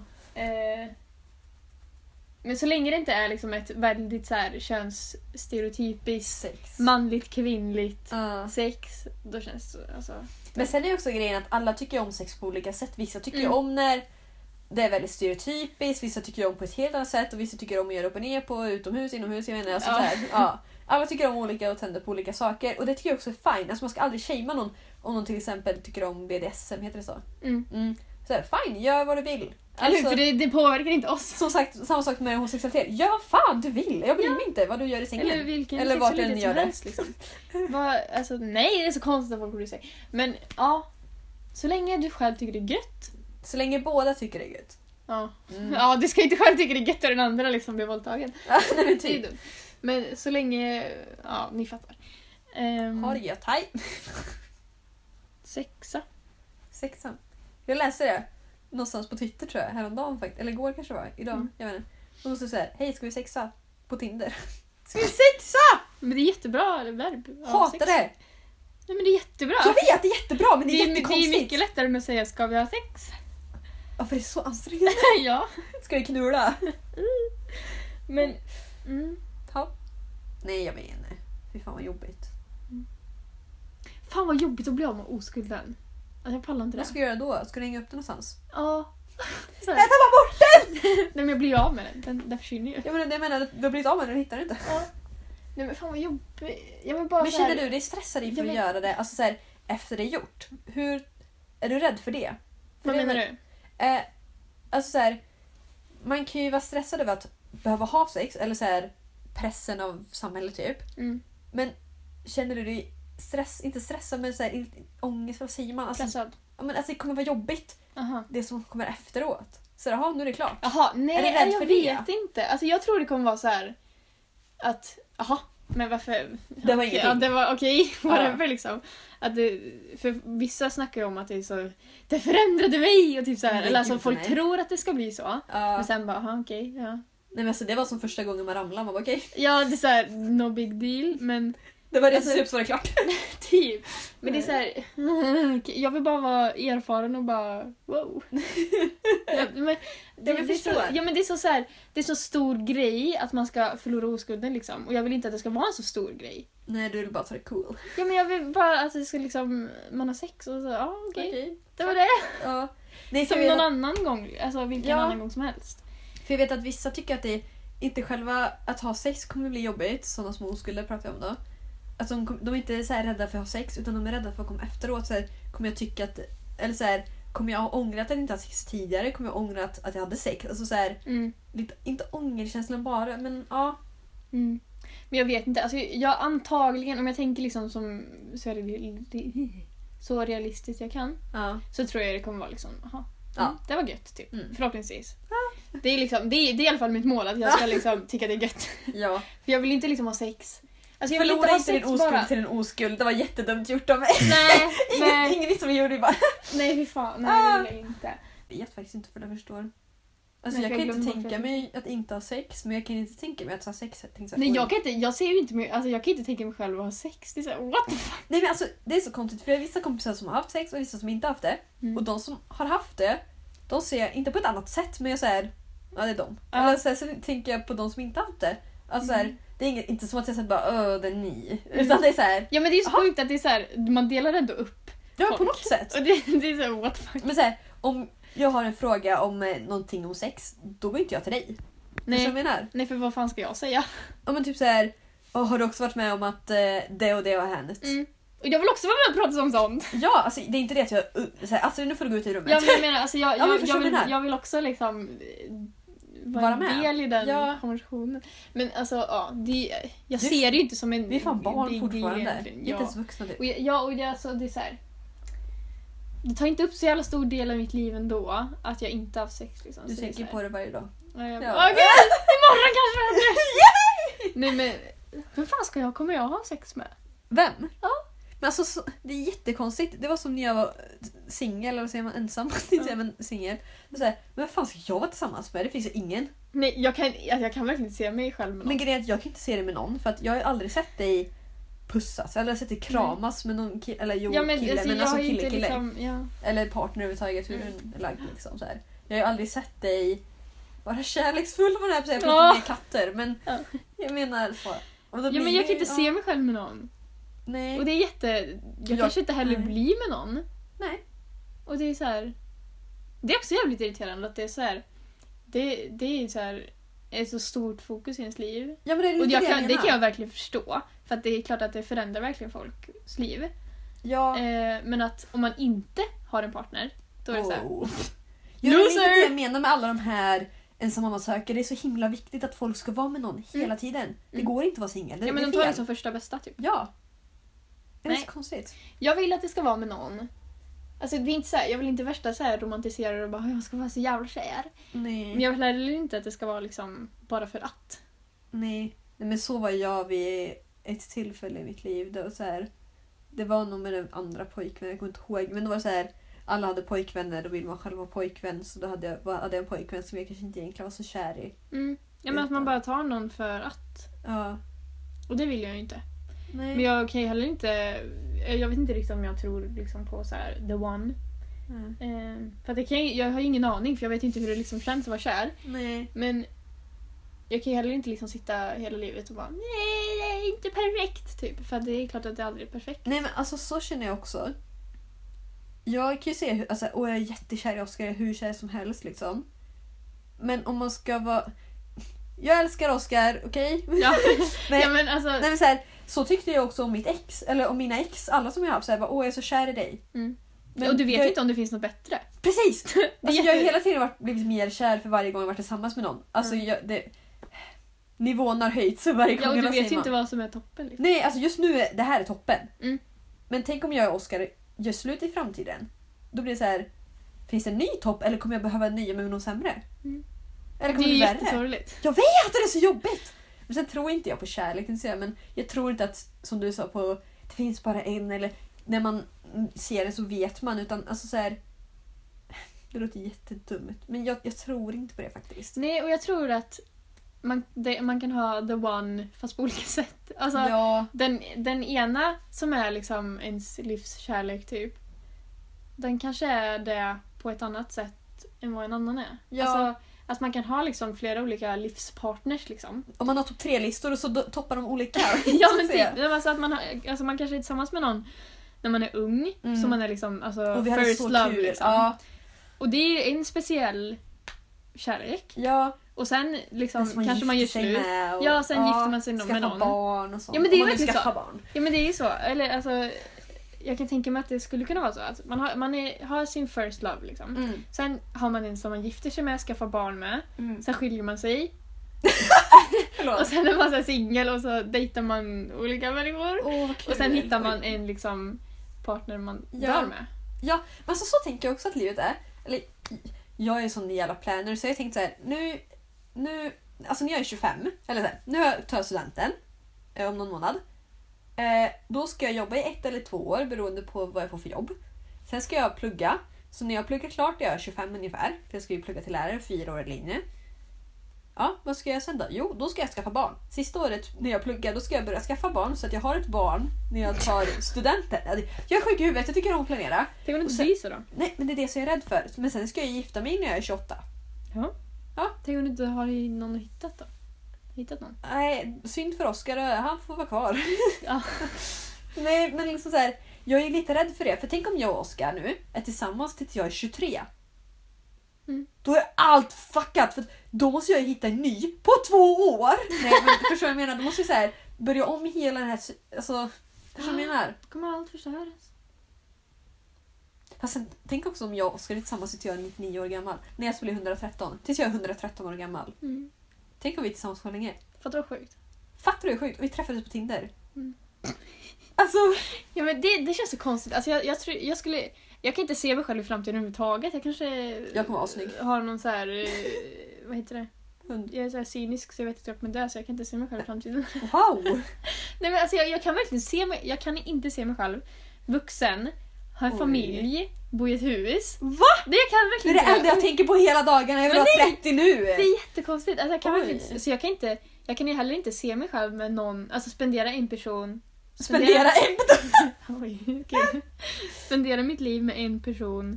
Men så länge det inte är liksom ett väldigt så här könsstereotypiskt sex, manligt kvinnligt sex, då känns det alltså. Men sen är det också grejen att alla tycker om sex på olika sätt. Vissa tycker om när det är väldigt stereotypiskt, vissa tycker om på ett helt annat sätt och vissa tycker om att göra upp och ner på utomhus, inomhus, jag menar, alltså så här, alla tycker om olika och tänder på olika saker och det tycker jag också är fine. Alltså man ska aldrig shamea någon om någon till exempel tycker om BDSM, heter det så? Så här, fine, gör vad du vill. Alltså, för det påverkar inte oss. Som sagt, samma sak med homosexualitet. Gör vad fan du vill. Jag bryr mig inte vad du gör i sängen. Eller vilken eller vart du gör det. Liksom. Alltså, nej, det är så konstigt att folk bryr sig. Men så länge du själv tycker det är gött. Så länge båda tycker det är gött. Ja, du ska inte själv tycka det är gött och den andra liksom blir våldtagen. Nej, men typ. Men så länge, ni fattar. Har det gött, hej. 6. Jag läste det någonstans på Twitter tror jag, häromdagen faktiskt. Eller igår kanske det var, idag, jag vet inte. Och då så säger hej, ska vi sexa på Tinder? Ska vi sexa? Men det är jättebra verb. Hatar det! Nej men det är jättebra. Jag vet, det är jättebra, men det är jättekonstigt. Det är mycket lättare med att säga ska vi ha sex? Ja, för det är så ansträngande. Ja. Ska vi knulla? Men... Ja. Nej, jag menar. Fy fan vad jobbigt. Fan vad jobbigt att bli av med oskulden. Alltså jag pallar inte det. Vad ska du göra då? Ska du hänga upp den någonstans? Ja. Jag tar bara bort den! Nej men jag blir ju av med den. Den försvinner ju. Ja, men jag menar, du har blivit av med den och hittar den inte. Ja. Nej men fan vad jobbigt. Jag vill bara men så här... känner du dig stressad inför att göra det? Alltså så här, efter det är gjort. Hur... Är du rädd för det? Vad menar du? Alltså så här, man kan ju vara stressad över att behöva ha sex. Eller så här, pressen av samhället typ. Men känner du dig inte stressad men så här, ångest, vad säger man? Alltså, Stressad. Ja, men alltså det kommer vara jobbigt. Det som kommer efteråt. Så jaha, nu är det klart. Jaha, nej jag vet inte. Alltså jag tror det kommer vara så här att men varför? Det var ingenting. Ja, det var okej. Ja. Liksom. Att det, för vissa snackar ju om att det är så det förändrade mig och typ så här, eller alltså folk tror att det ska bli så. Men sen bara okej, ja. Nej men alltså det var som första gången man ramlade, man var okej. Ja, det är så här no big deal, men det var det typ så var det klart. typ. Men det är så här jag vill bara vara erfaren och bara wow. Men det är så här, det är så stor grej att man ska förlora oskulden liksom, och jag vill inte att det ska vara en så stor grej. Nej, du vill bara ta det cool. Ja, men jag vill bara att det ska liksom man har sex och så okej. Det var det. Ja. Nej, som någon annan gång, alltså vilken annan gång som helst. För jag vet att vissa tycker att det inte själva att ha sex kommer bli jobbigt, sådana små oskulder pratar jag om då. Att de är inte så här rädda för att ha sex, utan de är rädda för att komma efteråt. Så här, kommer jag tycka att, eller så här, kommer jag ångra att jag inte hade sex tidigare? Kommer jag ångra att jag hade sex? Alltså så här, lite, inte ångerkänslan bara, men ja. Men jag vet inte, alltså jag antagligen, om jag tänker liksom som så realistiskt jag kan, så tror jag det kommer vara liksom, det var gött typ, förhoppningsvis. Det är liksom, det är i alla fall mitt mål, att jag ska liksom tycka det är gött. Ja. För jag vill inte liksom ha sex. Alltså jag förlora inte din oskuld bara till en oskuld. Det var jättedumt gjort av mig. Nej. Ingen visste vad jag gjorde bara. Nej, fy fan. Nej, det vill jag inte. Jag vet faktiskt inte för jag förstår. Alltså jag kan inte tänka mig att inte ha sex, men jag kan inte tänka mig att ha sex. Nej, jag ser ju inte mig, alltså jag kan inte tänka mig själv att ha sex. Det är så här, what the fuck? Nej, men alltså det är så konstigt, för det är vissa kompisar som har haft sex och vissa som inte haft det. Och de som har haft det, de ser inte på ett annat sätt, men jag säger ja, det är de. Eller så tänker jag på de som inte haft det. Alltså så här, det är inte som att jag säger bara det är ni. Utan det är så här. Ja, men det är så sjukt att det är så här, man delar ändå upp folk. På något sätt. Och det är så här, what the fuck. Men så här, om jag har en fråga om någonting om sex, då går inte jag till dig. Nej. Jag menar. Nej, för vad fan ska jag säga? Ja, men typ så här, har du också varit med om att det och det har hänt? Och jag vill också vara med och prata om sånt. Ja, alltså det är inte det att jag så här, alltså nu får du gå ut i rummet. Ja, men jag menar, alltså jag vill också liksom vara en del i den konversationen. Men alltså, jag ser det ju inte som en... Vi är fan barn fortfarande. Inte ens vuxna typ. Och det är så här, det tar inte upp så jävla stor del av mitt liv ändå att jag inte har haft sex. Liksom. Du tänker på det varje dag. Okej, imorgon kanske. Nej, men vem fan kommer jag ha sex med? Vem? Ja. Men alltså, det är jättekonstigt. Det var som när jag var singel, eller säger man ensam, men singel. Men vem fan ska jag vara tillsammans med? Det finns ju ingen. Nej, jag kan verkligen inte se mig själv med någon. Men grejen är att jag kan inte se det med någon, för att jag har aldrig sett dig pussas eller sett dig kramas med någon kille, eller kille, men alltså kille. Liksom, eller partner överhuvudtaget, hur du är lagd liksom så här. Jag har ju aldrig sett dig vara kärleksfull på det här, för att jag inte katter, men jag menar så. Men jag kan inte se mig själv med någon. Nej. Och det är jag kanske inte heller blir med någon. Nej. Och det är så här, det är också jävligt irriterande att det är så här, det är så här, är så stort fokus i ens liv. Ja, men det är det kan jag verkligen förstå, för att det är klart att det förändrar verkligen folks liv. Ja. Men att om man inte har en partner, då är det så här. Loser! Det jag menar med alla de här ensamma man söker, det är så himla viktigt att folk ska vara med någon hela tiden. Det går inte att vara singel. Ja, men de tar det som första bästa typ. Ja. Det är så konstigt. Jag vill att det ska vara med någon. Alltså det är inte så här, jag vill inte värsta så här romantisera och bara jag ska vara så jävla kär. Nej. Men jag vill heller inte att det ska vara liksom bara för att. Nej, men så var jag vid ett tillfälle i mitt liv. Det var så här, Det var nog med den andra pojkvännen, jag kommer inte ihåg. Men det var så här, alla hade pojkvänner, då vill man själv ha pojkvän. Så då hade jag en pojkvän som jag kanske inte egentligen var så kär i. Ja, men att man bara tar någon för att. Ja. Och det vill jag ju inte. Nej. Men jag kan ju heller inte... Jag vet inte riktigt om jag tror liksom på så här the one. För att jag har ingen aning, för jag vet inte hur det liksom känns att vara kär. Nej. Men jag kan ju heller inte liksom sitta hela livet och bara nej, det är inte perfekt typ. För att det är klart att det aldrig är perfekt. Nej, men alltså så känner jag också. Jag kan ju se alltså, jag är jättekär i Oscar, hur kär som helst liksom. Men om man ska vara... Jag älskar Oscar, okej? Okay? Ja. men, ja, men alltså... nej, men så tyckte jag också om mitt ex, eller om mina ex, alla som jag har haft, så här, jag är så kär i dig. Men och du vet inte om det finns något bättre. Precis! Alltså, jag har hela tiden blivit mer kär för varje gång jag varit tillsammans med någon. Alltså, nivån har höjts för varje gång. Ja, och du vet ju inte vad som är toppen. Liksom. Nej, alltså just nu det här är toppen. Men tänk om jag och Oscar gör slut i framtiden. Då blir det så här, finns det en ny topp eller kommer jag behöva en ny med någon sämre? Eller kommer det är värre? Jättesorgligt. Jag vet, det är så jobbigt! Men sen tror inte jag på kärlek, men jag tror inte att, som du sa, på det finns bara en, eller när man ser det så vet man, utan alltså så här, det låter jättedumt, men jag tror inte på det faktiskt. Nej, och jag tror att man kan ha the one fast på olika sätt. Alltså, ja. den ena som är liksom ens livskärlek typ, den kanske är det på ett annat sätt än vad en annan är. Ja. Alltså, att man kan ha liksom flera olika livspartners liksom. Om man har topp 3-listor och så toppar de olika. Ja, men typ, alltså att man kanske är tillsammans med någon när man är ung, så man är liksom alltså first love liksom. Ja. Och det är en speciell kärlek. Ja. Och sen liksom kanske man gör slut. Och, ja, sen gifter man sig med någon. Skaffa barn och sånt. Ja, men det är verkligen så. Barn. Ja, men det är ju så. Eller alltså, jag kan tänka mig att det skulle kunna vara så att man har sin first love liksom. Sen har man en som man gifter sig med, skaffar barn med. Sen skiljer man sig. Och sen är man så singel och så dejtar man olika människor. Och sen hittar man en liksom partner man dör med. Ja, men alltså, så tänker jag också att livet är. Eller, jag är en sån jävla planner, så jag tänkte så här, nu alltså när jag är 25, eller så här, nu tar jag studenten om någon månad. Då ska jag jobba i 1 eller 2 år beroende på vad jag får för jobb. Sen ska jag plugga. Så när jag pluggar klart är jag 25 ungefär. För jag ska ju plugga till lärare 4-årig linje. Ja, vad ska jag sen då? Jo, då ska jag skaffa barn. Sista året när jag pluggar, då ska jag börja skaffa barn så att jag har ett barn när jag tar studenten. Jag är sjuk i huvudet, jag tycker om att planera. Tänk om det inte blir så då? Nej, men det är det som jag är rädd för. Men sen ska jag gifta mig när jag är 28. Ja. Tänk om du inte har någon hittat då? Hittat någon? Nej, synd för Oscar, han får vara kvar. Ja. Nej, men liksom så här, jag är lite rädd för det. För tänk om jag och Oscar nu är tillsammans tills jag är 23. Då är allt fuckat. För då måste jag hitta en ny på 2 år. Nej, men förstår jag menar? Då måste jag så här, börja om hela den här... Alltså, förstår jag menar? Kommer allt förstöras? Fast sen, tänk också om jag och Oscar är tillsammans tills jag är 99 år gammal. När jag skulle bli 113. Tills jag är 113 år gammal. Tänk om vi är tillsammans så länge. Fattar du vad sjukt? Fattar du hur sjukt? Vi träffades på Tinder. Alltså... Ja, men det känns så konstigt. Alltså jag kan inte se mig själv i framtiden överhuvudtaget. Jag kommer vara snygg. Har någon så här... vad heter det? Jag är så här cynisk så jag vet att jag kommer dö, så jag kan inte se mig själv i framtiden. Wow! Nej, men alltså jag kan verkligen se mig... Jag kan inte se mig själv vuxen, ha en familj, bo i ett hus. Va? Det jag kan verkligen det är det enda jag tänker på hela dagarna. Jag vill ha 30 nu. Det är jättekonstigt. Alltså, jag kan verkligen, så jag kan ju heller inte se mig själv med någon... Alltså spendera en person... Spendera en person? Oj, okay. Spendera mitt liv med en person,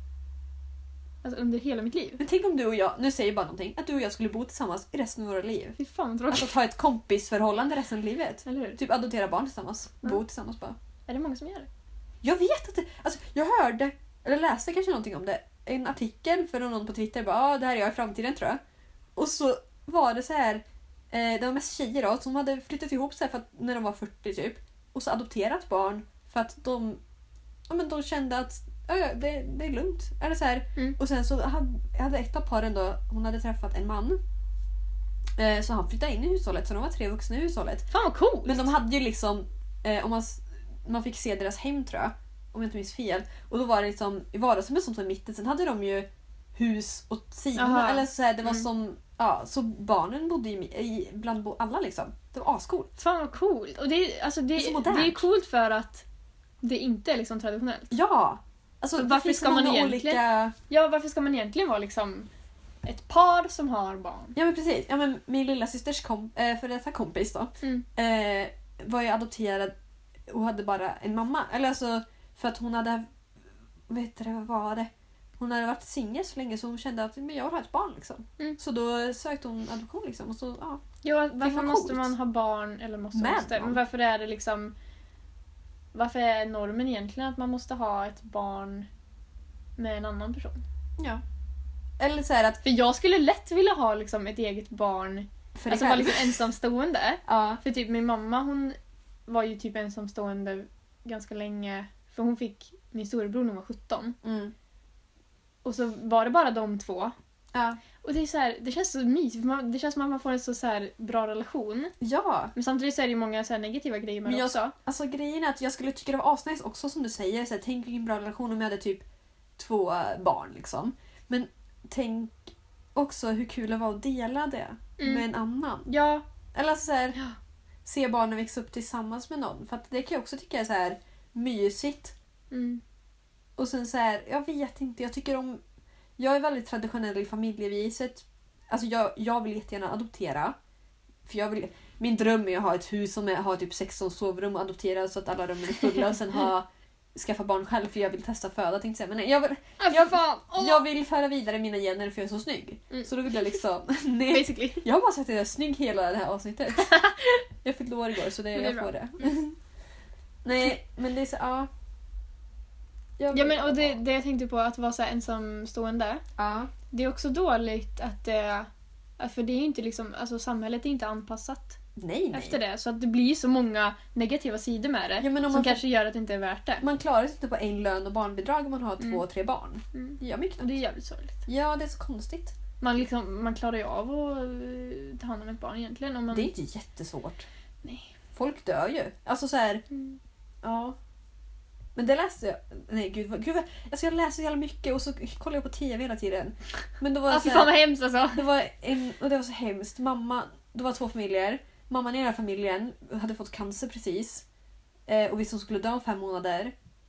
alltså under hela mitt liv. Men tänk om du och jag, nu säger jag bara någonting, att du och jag skulle bo tillsammans i resten av våra liv. Fy fan vad tråkigt. Alltså ta ett kompisförhållande resten av livet. Eller hur? Typ adoptera barn tillsammans. Bo tillsammans bara. Är det många som gör det? Jag vet att det, alltså jag hörde, eller läste kanske någonting om det. En artikel för någon på Twitter bara, det här är jag i framtiden tror jag. Och så var det så här, det var mest tjejer då, som hade flyttat ihop sig för att, när de var 40 typ. Och så adopterat barn för att de kände att det är lugnt. Eller så här. Och sen så hade ett av paren då, hon hade träffat en man. Så han flyttade in i hushållet, så de var 3 vuxna i hushållet. Fan vad coolt! Men de hade ju liksom, om man fick se deras hem tror jag, om jag inte minns fel. Och då var det liksom, i vardagsrummet som var i mitten, sen hade de ju hus åt sidan. Eller så här, det var som, ja, så barnen bodde bland alla liksom. Det var ascoolt. Fan vad coolt. Och det är så modernt. Det är coolt för att det inte är liksom traditionellt. Ja! Alltså, varför ska man egentligen... olika... Ja, varför ska man egentligen vara liksom ett par som har barn? Ja men precis. Ja, men min lilla systers för detta kompis då var ju adopterad och hade bara en mamma. Eller alltså, för att hon hade... vad var det? Hon hade varit singel så länge så hon kände att men jag vill ha ett barn liksom. Så då sökte hon adoption liksom. Och så, ja. Ja, varför måste man ha barn eller måste? Men varför är det liksom... Varför är normen egentligen att man måste ha ett barn med en annan person? Ja. Eller så här att... För jag skulle lätt vilja ha liksom ett eget barn. För alltså vara liksom ensamstående. Ja. För typ min mamma, hon var ju typ ensamstående ganska länge. För hon fick min storebror när hon var 17. Och så var det bara de två. Ja. Och det är så här, det känns så mysigt. Det känns som att man får en så här bra relation. Ja. Men samtidigt så är det ju många så här negativa grejer med det också. Alltså grejen är att jag skulle tycka det var asnice också som du säger. Så här, tänk vilken bra relation om jag hade typ 2 barn liksom. Men tänk också hur kul det var att dela det med en annan. Ja. Eller alltså så här, se barnen växa upp tillsammans med någon. För att det kan jag också tycka är så här mysigt. Och sen så här, jag vet inte, jag är väldigt traditionell i familjeviset. Alltså jag vill jättegärna adoptera. För min dröm är att ha ett hus som har typ 16 sovrum och adoptera så att alla rum är fulla och sen skaffa barn själv för jag vill testa föda, tänkte jag. Men jag vill föra vidare mina gener för jag är så snygg. Så då vill jag liksom... Nej, basically. Jag har bara sagt att jag är snygg hela det här avsnittet. Jag fyllde år igår så jag får det. Nej, men det är så... Ja. Ja, men och det jag tänkte på att vara så här ensamstående. Ja. Det är också dåligt att det... För det är ju inte liksom... Alltså samhället är inte anpassat efter det. Så att det blir så många negativa sidor med det. Ja, som kanske gör att det inte är värt det. Man klarar sig inte på en lön och barnbidrag om man har 2-3 barn. Det gör mycket. Och det är jävligt sorgligt. Ja, det är så konstigt. Man klarar ju av att ta hand om ett barn egentligen. Om man... Det är inte jättesvårt. Nej. Folk dör ju. Alltså så här... Ja... Men det läste jag... Nej, gud alltså jag läser så jävla mycket och så kollar jag på TV hela tiden. Men det var så fan vad hemskt alltså. Det var så hemskt. Det var 2 familjer. Mamman i den här familjen hade fått cancer precis. Och visst hon skulle dö om 5 månader.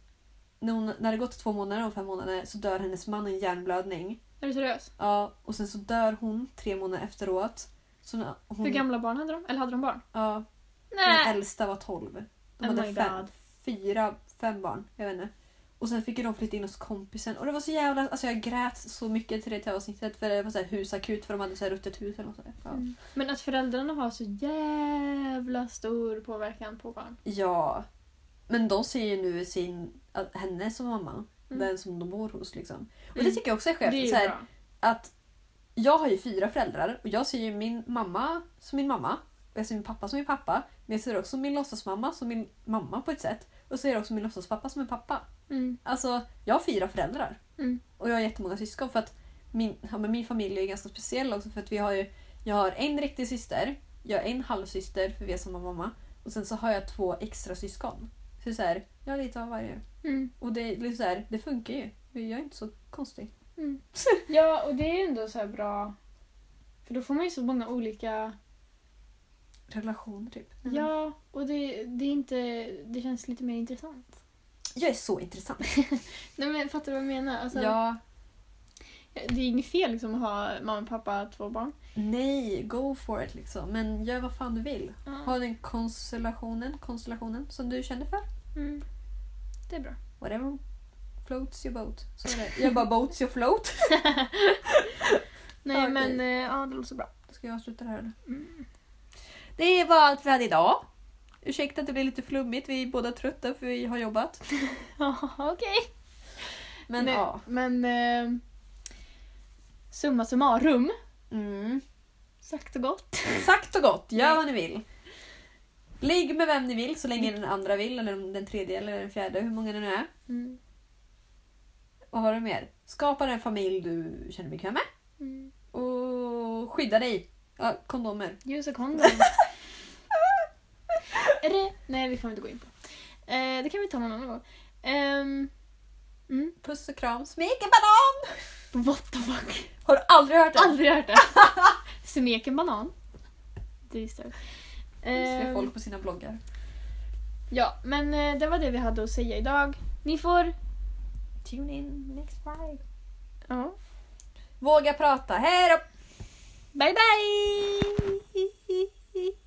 När det gått 2 månader och 5 månader så dör hennes man en hjärnblödning. Är du seriös? Ja, och sen så dör hon 3 månader efteråt. Så hur gamla barn hade de? Eller hade de barn? Ja. Nej. Den äldsta var 12. De hade 5 barn, jag vet inte. Och sen fick de flytta in hos kompisen. Och det var så jävla... Alltså jag grät så mycket till det avsnittet. För det var så här husakut för de hade så här ruttet hus eller något sådär. Ja. Men att föräldrarna har så jävla stor påverkan på barn. Ja. Men de ser ju nu henne som mamma. Den som de bor hos liksom. Och det tycker jag också är skönt. Det är så här, bra. att jag har ju 4 föräldrar. Och jag ser ju min mamma som min mamma. Och jag ser min pappa som min pappa. Men jag ser också min låtsasmamma som min mamma på ett sätt. Och så är det också min låtsaspappa som en pappa. Alltså, jag har 4 föräldrar. Och jag har jättemånga syskon. För att min familj är ganska speciell också. För att jag har en riktig syster. Jag har en halvsyster för vi är samma mamma. Och sen så har jag 2 extra syskon. Så det är så här, jag har lite av varje. Och det är så här, det funkar ju. Jag är inte så konstig. Ja, och det är ändå så här bra. För då får man ju så många olika... relationer typ. Ja, och det är inte... Det känns lite mer intressant. Jag är så intressant. Nej, men fattar du vad jag menar? Alltså, ja. Det är inget fel liksom att ha mamma och pappa 2 barn. Nej, go for it liksom. Men gör vad fan du vill. Ha den konstellationen som du känner för. Det är bra. Whatever floats your boat. Så är det. Jag bara boats your float. Nej, men ja, det låter så bra. Då ska jag sluta det här nu. Det var allt vi hade idag. Ursäkta att det blir lite flummigt. Vi är båda trötta för vi har jobbat. Okej. Men ja. Men summa summarum. Sagt och gott. Sagt och gott. Gör vad ni vill. Ligg med vem ni vill så länge den andra vill. Eller den tredje eller den fjärde. Hur många det nu är. Och vad har du mer? Skapa en familj du känner bekväm med. Och skydda dig. Ja, kondomer. Use a condom. Nej, vi får inte gå in på. Det kan vi ta någon annan gång. Puss och kram. Smek en banan! What the fuck? Har du aldrig hört det? Aldrig hört det. Smek en banan. Det visste jag. Ser folk på sina bloggar. Ja, men det var det vi hade att säga idag. Ni får... Tune in next Friday. Ja. Våga prata. Hej då! Bye bye!